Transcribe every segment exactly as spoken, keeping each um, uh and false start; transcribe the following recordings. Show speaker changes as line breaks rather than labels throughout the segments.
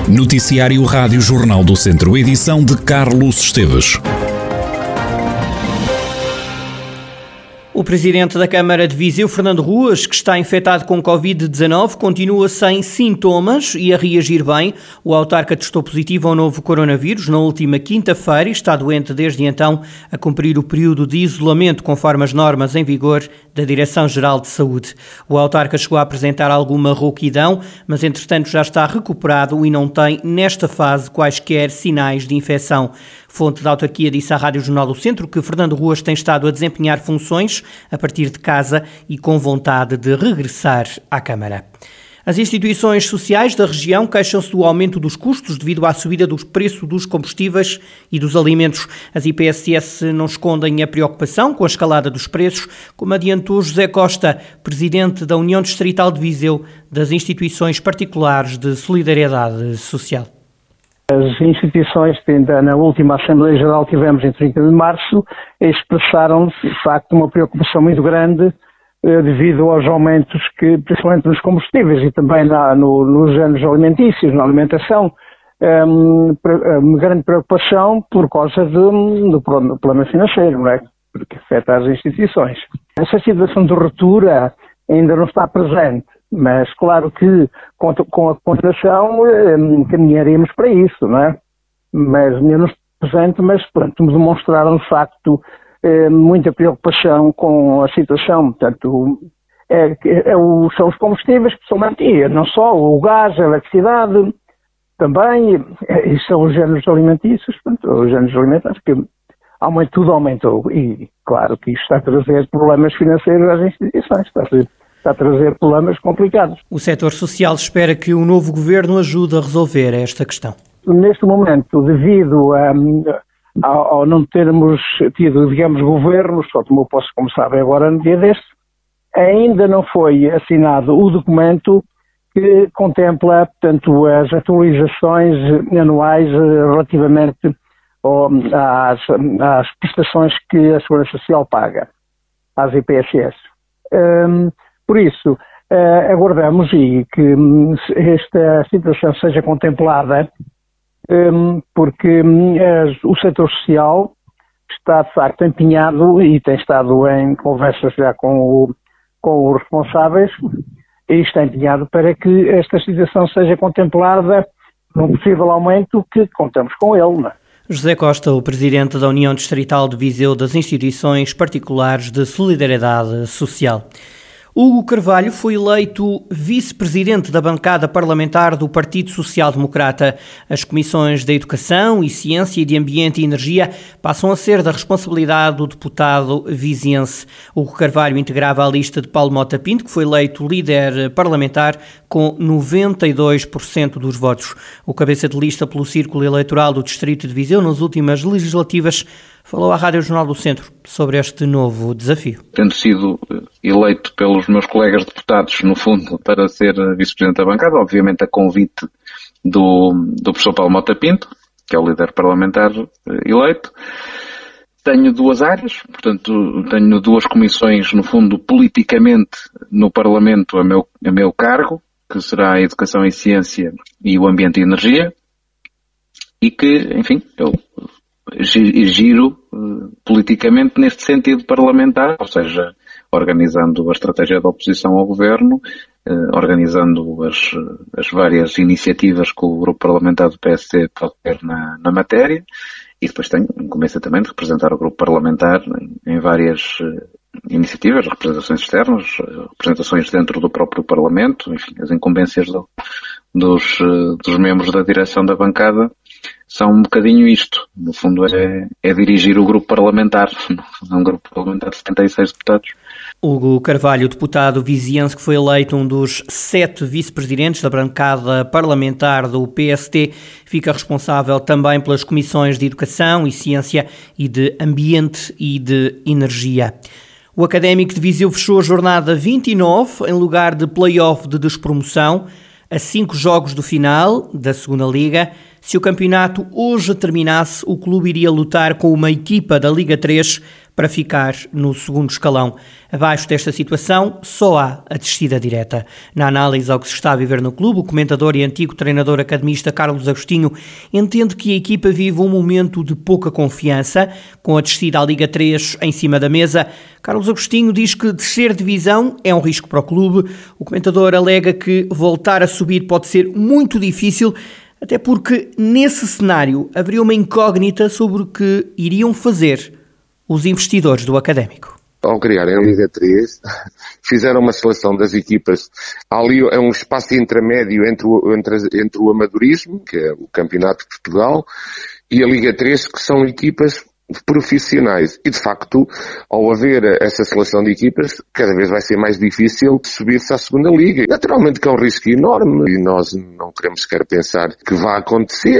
Noticiário Rádio Jornal do Centro, edição de Carlos Esteves.
O presidente da Câmara de Viseu, Fernando Ruas, que está infectado com covid dezanove, continua sem sintomas e a reagir bem. O autarca testou positivo ao novo coronavírus na última quinta-feira e está doente desde então a cumprir o período de isolamento conforme as normas em vigor da Direção-Geral de Saúde. O autarca chegou a apresentar alguma rouquidão, mas entretanto já está recuperado e não tem, nesta fase, quaisquer sinais de infecção. Fonte da autarquia disse à Rádio Jornal do Centro que Fernando Ruas tem estado a desempenhar funções a partir de casa e com vontade de regressar à Câmara. As instituições sociais da região queixam-se do aumento dos custos devido à subida do preço dos combustíveis e dos alimentos. As I P S S não escondem a preocupação com a escalada dos preços, como adiantou José Costa, presidente da União Distrital de Viseu das Instituições Particulares de Solidariedade Social.
As instituições, ainda na última Assembleia Geral que tivemos em trinta de março, expressaram, de facto, uma preocupação muito grande eh, devido aos aumentos que, principalmente nos combustíveis e também na, no, nos géneros alimentícios, na alimentação, um, uma grande preocupação por causa de, do problema financeiro, não é? Porque afeta as instituições. Essa situação de ruptura ainda não está presente. Mas claro que com, com a continuação eh, caminharemos para isso, não é? Mas menos presente, mas pronto, me demonstraram de facto eh, muita preocupação com a situação. Portanto, é, é o, são os combustíveis principalmente, e não só o gás, a eletricidade, também, é, e são os géneros alimentícios, portanto, os géneros alimentares que aumentou, tudo aumentou. E claro que isto está a trazer problemas financeiros às instituições, está a trazer está a trazer problemas complicados.
O setor social espera que o novo governo ajude a resolver esta questão.
Neste momento, devido a, ao, ao não termos tido, digamos, governos, só como eu posso começar agora no dia deste, ainda não foi assinado o documento que contempla, portanto, as atualizações anuais relativamente ao, às, às prestações que a Segurança Social paga às I P S S. Um, Por isso, uh, aguardamos e que um, esta situação seja contemplada, um, porque um, as, o setor social está, de facto, empenhado e tem estado em conversas já com, o, com os responsáveis e está empenhado para que esta situação seja contemplada num possível aumento que contamos com ele, não é?
José Costa, o presidente da União Distrital de Viseu das Instituições Particulares de Solidariedade Social. Hugo Carvalho foi eleito vice-presidente da bancada parlamentar do Partido Social Democrata. As comissões de Educação e Ciência e de Ambiente e Energia passam a ser da responsabilidade do deputado viziense. Hugo Carvalho integrava a lista de Paulo Mota Pinto, que foi eleito líder parlamentar com noventa e dois por cento dos votos. O cabeça de lista pelo Círculo Eleitoral do Distrito de Viseu nas últimas legislativas falou à Rádio Jornal do Centro sobre este novo desafio.
Tendo sido eleito pelos meus colegas deputados, no fundo, para ser vice-presidente da bancada, obviamente a convite do, do professor Paulo Mota Pinto, que é o líder parlamentar eleito. Tenho duas áreas, portanto, tenho duas comissões, no fundo, politicamente no Parlamento a meu, a meu cargo, que será a Educação e Ciência e o Ambiente e Energia, e que, enfim, eu giro uh, politicamente neste sentido parlamentar, ou seja, organizando a estratégia da oposição ao governo, uh, organizando as, as várias iniciativas que o grupo parlamentar do P S C pode ter na, na matéria, e depois tenho incumbência também de representar o grupo parlamentar em, em várias uh, iniciativas, representações externas, uh, representações dentro do próprio Parlamento, enfim, as incumbências do, dos, uh, dos membros da direção da bancada são um bocadinho isto. No fundo é, é dirigir o grupo parlamentar, um grupo parlamentar de setenta e seis deputados.
Hugo Carvalho, deputado viziense que foi eleito um dos sete vice-presidentes da bancada parlamentar do P S T, fica responsável também pelas comissões de Educação e Ciência e de Ambiente e de Energia. O Académico de Viseu fechou a jornada vinte e nove em lugar de play-off de despromoção, a cinco jogos do final da segunda Liga. Se o campeonato hoje terminasse, o clube iria lutar com uma equipa da Liga três para ficar no segundo escalão. Abaixo desta situação, só há a descida direta. Na análise ao que se está a viver no clube, o comentador e antigo treinador academista Carlos Agostinho entende que a equipa vive um momento de pouca confiança, com a descida à Liga três em cima da mesa. Carlos Agostinho diz que descer divisão é um risco para o clube. O comentador alega que voltar a subir pode ser muito difícil, até porque nesse cenário haveria uma incógnita sobre o que iriam fazer os investidores do Académico.
Ao criarem a Liga três, fizeram uma seleção das equipas. Ali é um espaço intermédio entre o, entre, entre o amadorismo, que é o Campeonato de Portugal, e a Liga três, que são equipas profissionais. E, de facto, ao haver essa seleção de equipas, cada vez vai ser mais difícil de subir-se à segunda liga. Naturalmente que é um risco enorme e nós não queremos sequer pensar que vá acontecer,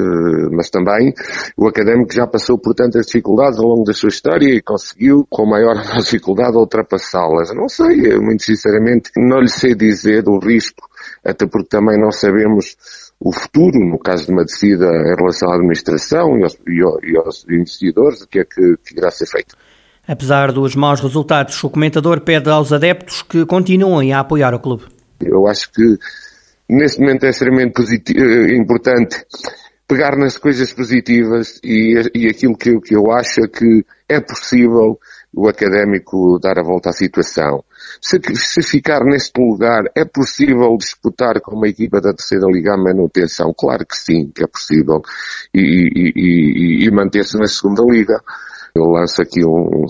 mas também o Académico já passou por tantas dificuldades ao longo da sua história e conseguiu, com maior dificuldade, ultrapassá-las. Não sei, muito sinceramente, não lhe sei dizer o risco, até porque também não sabemos o futuro, no caso de uma descida em relação à administração e aos, e aos investidores, o que é que, que irá ser feito.
Apesar dos maus resultados, o comentador pede aos adeptos que continuem a apoiar o clube.
Eu acho que neste momento é extremamente positivo, importante pegar nas coisas positivas e, e aquilo que eu, que eu acho é que é possível o Académico dar a volta à situação. Se, se ficar neste lugar, é possível disputar com uma equipa da terceira liga a manutenção? Claro que sim, que é possível. E, e, e, e manter-se na segunda liga. Eu lanço aqui um,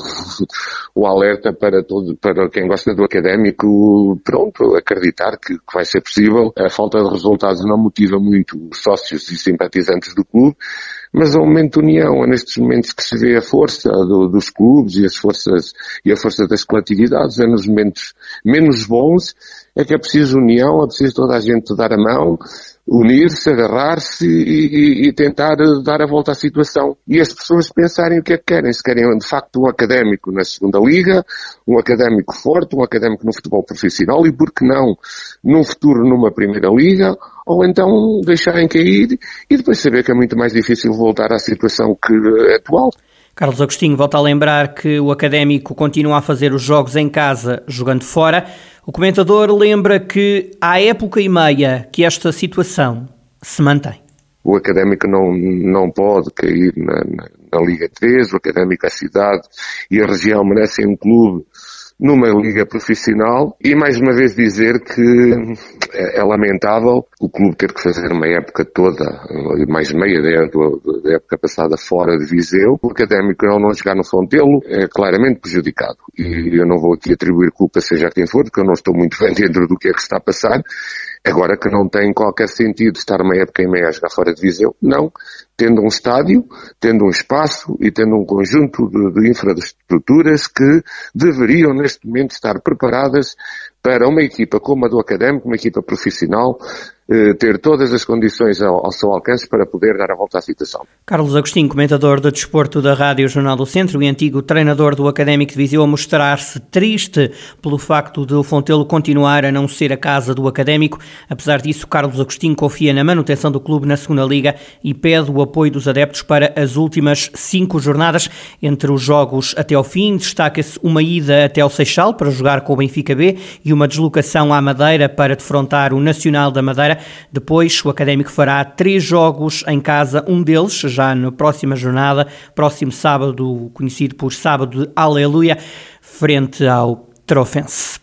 um alerta para todo, para quem gosta do Académico, pronto, acreditar que, que vai ser possível. A falta de resultados não motiva muito os sócios e simpatizantes do clube, mas há um momento de união, é nestes momentos que se vê a força do, dos clubes e as forças, e a força das coletividades, é nos momentos menos bons, é que é preciso união, é preciso toda a gente dar a mão, unir-se, agarrar-se e, e, e tentar dar a volta à situação. E as pessoas pensarem o que é que querem. Se querem, de facto, um Académico na segunda liga, um Académico forte, um Académico no futebol profissional e, por que não, num futuro numa primeira liga, ou então deixarem cair e depois saber que é muito mais difícil voltar à situação que é atual.
Carlos Agostinho volta a lembrar que o Académico continua a fazer os jogos em casa, jogando fora. O comentador lembra que há época e meia que esta situação se mantém.
O Académico não, não pode cair na, na, na Liga três, o Académico, a cidade e a região merecem um clube numa liga profissional e mais uma vez dizer que é, é lamentável o clube ter que fazer uma época toda, mais meia da, da época passada fora de Viseu. O Académico ao não jogar no Fontelo é claramente prejudicado e eu não vou aqui atribuir culpa seja quem for, porque eu não estou muito bem dentro do que é que está a passar. Agora que não tem qualquer sentido estar uma época e meia a jogar fora de Viseu, não. Tendo um estádio, tendo um espaço e tendo um conjunto de, de infraestruturas que deveriam neste momento estar preparadas para uma equipa como a do Académico, uma equipa profissional, eh, ter todas as condições ao, ao seu alcance para poder dar a volta à situação.
Carlos Agostinho, comentador de desporto da Rádio Jornal do Centro e antigo treinador do Académico de Viseu, a mostrar-se triste pelo facto de o Fontelo continuar a não ser a casa do Académico. Apesar disso, Carlos Agostinho confia na manutenção do clube na segunda liga e pede o apoio dos adeptos para as últimas cinco jornadas. Entre os jogos até ao fim, destaca-se uma ida até ao Seixal para jogar com o Benfica B e uma deslocação à Madeira para defrontar o Nacional da Madeira. Depois, o Académico fará três jogos em casa, um deles já na próxima jornada, próximo sábado, conhecido por Sábado de Aleluia, frente ao Trofense.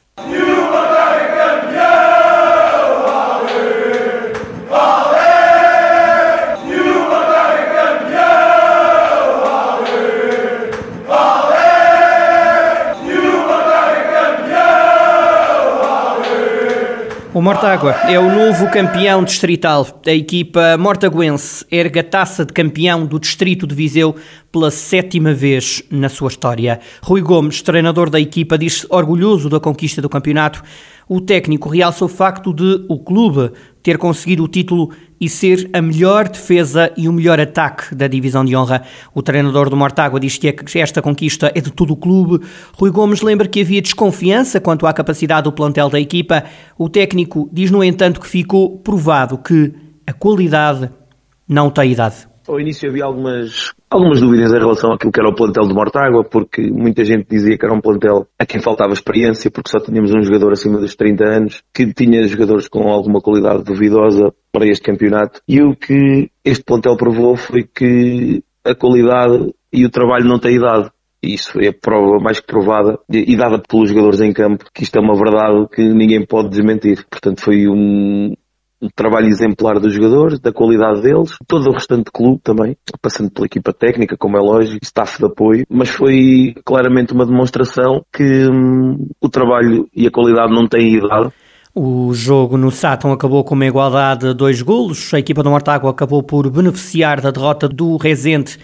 O Mortágua é o novo campeão distrital. A equipa mortaguense ergue a taça de campeão do distrito de Viseu pela sétima vez na sua história. Rui Gomes, treinador da equipa, diz-se orgulhoso da conquista do campeonato. O técnico realça o facto de o clube ter conseguido o título e ser a melhor defesa e o melhor ataque da divisão de honra. O treinador do Mortágua diz que esta conquista é de todo o clube. Rui Gomes lembra que havia desconfiança quanto à capacidade do plantel da equipa. O técnico diz, no entanto, que ficou provado que a qualidade não tem idade.
Ao início havia algumas, algumas dúvidas em relação àquilo que era o plantel de Mortágua, porque muita gente dizia que era um plantel a quem faltava experiência, porque só tínhamos um jogador acima dos trinta anos, que tinha jogadores com alguma qualidade duvidosa para este campeonato. E o que este plantel provou foi que a qualidade e o trabalho não têm idade. E isso é prova mais que provada e dada pelos jogadores em campo, que isto é uma verdade que ninguém pode desmentir. Portanto, foi um... um trabalho exemplar dos jogadores, da qualidade deles, todo o restante clube também, passando pela equipa técnica, como é lógico, staff de apoio, mas foi claramente uma demonstração que hum, o trabalho e a qualidade não têm idade.
O jogo no Sátão acabou com uma igualdade de dois golos. A equipa do Mortágua acabou por beneficiar da derrota do Rezende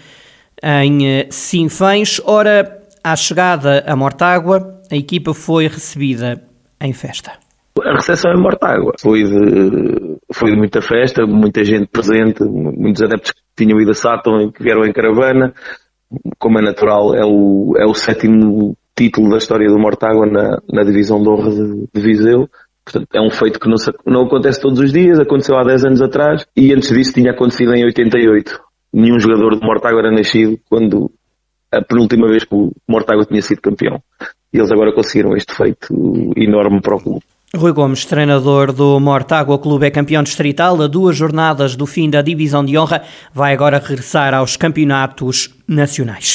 em Sinfãs. Ora, à chegada a Mortágua, a equipa foi recebida em festa.
A recepção em Mortágua foi de, foi de muita festa, muita gente presente, muitos adeptos que tinham ido a Sátão e que vieram em caravana. Como é natural, é o, é o sétimo título da história do Mortágua na, na divisão de honra de, de Viseu. Portanto, é um feito que não, não acontece todos os dias, aconteceu há dez anos atrás e antes disso tinha acontecido em oitenta e oito. Nenhum jogador de Mortágua era nascido quando a penúltima vez que o Mortágua tinha sido campeão. E eles agora conseguiram este feito enorme para o clube.
Rui Gomes, treinador do Mortágua Clube, é campeão distrital a duas jornadas do fim da divisão de honra, vai agora regressar aos campeonatos nacionais.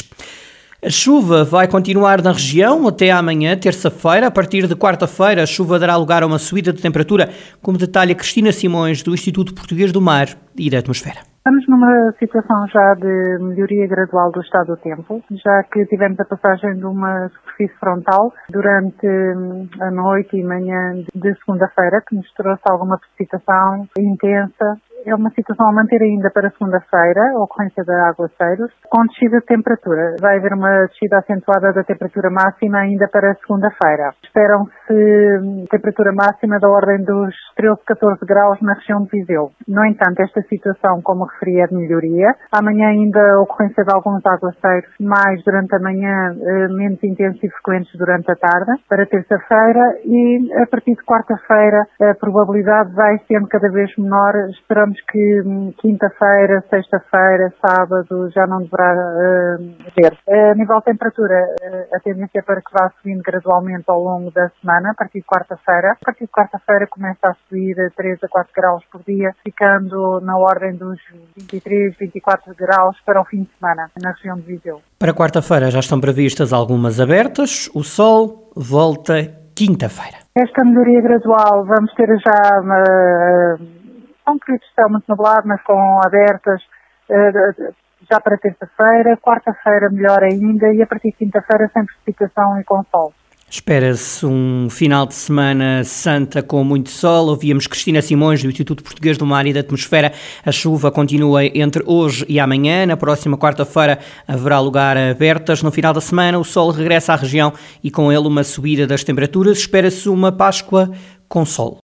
A chuva vai continuar na região até amanhã, terça-feira. A partir de quarta-feira, a chuva dará lugar a uma subida de temperatura, como detalha Cristina Simões, do Instituto Português do Mar e da Atmosfera.
Estamos numa situação já de melhoria gradual do estado do tempo, já que tivemos a passagem de uma superfície frontal durante a noite e manhã de segunda-feira, que nos trouxe alguma precipitação intensa. É uma situação a manter ainda para segunda-feira, a ocorrência de aguaceiros, com descida de temperatura. Vai haver uma descida acentuada da temperatura máxima ainda para segunda-feira. Esperam-se temperatura máxima da ordem dos treze, catorze graus na região de Viseu. No entanto, esta situação, como referi, é de melhoria. Amanhã ainda a ocorrência de alguns aguaceiros, mais durante a manhã, menos intensos e frequentes durante a tarde, para terça-feira, e a partir de quarta-feira a probabilidade vai sendo cada vez menor. Esperamos que quinta-feira, sexta-feira, sábado já não deverá uh, haver. A nível de temperatura, uh, a tendência é para que vá subindo gradualmente ao longo da semana, a partir de quarta-feira. A partir de quarta-feira começa a subir a três a quatro graus por dia, ficando na ordem dos vinte e três, vinte e quatro graus para o fim de semana, na região de Viseu.
Para quarta-feira já estão previstas algumas abertas. O sol volta quinta-feira.
Esta melhoria gradual, vamos ter já uma... um período de céu muito nublado, mas com abertas uh, já para terça-feira, quarta-feira melhor ainda e a partir de quinta-feira sem precipitação e com sol.
Espera-se um final de semana santa com muito sol. Ouvíamos Cristina Simões, do Instituto Português do Mar e da Atmosfera. A chuva continua entre hoje e amanhã. Na próxima quarta-feira haverá lugar a abertas. No final da semana o sol regressa à região e com ele uma subida das temperaturas. Espera-se uma Páscoa com sol.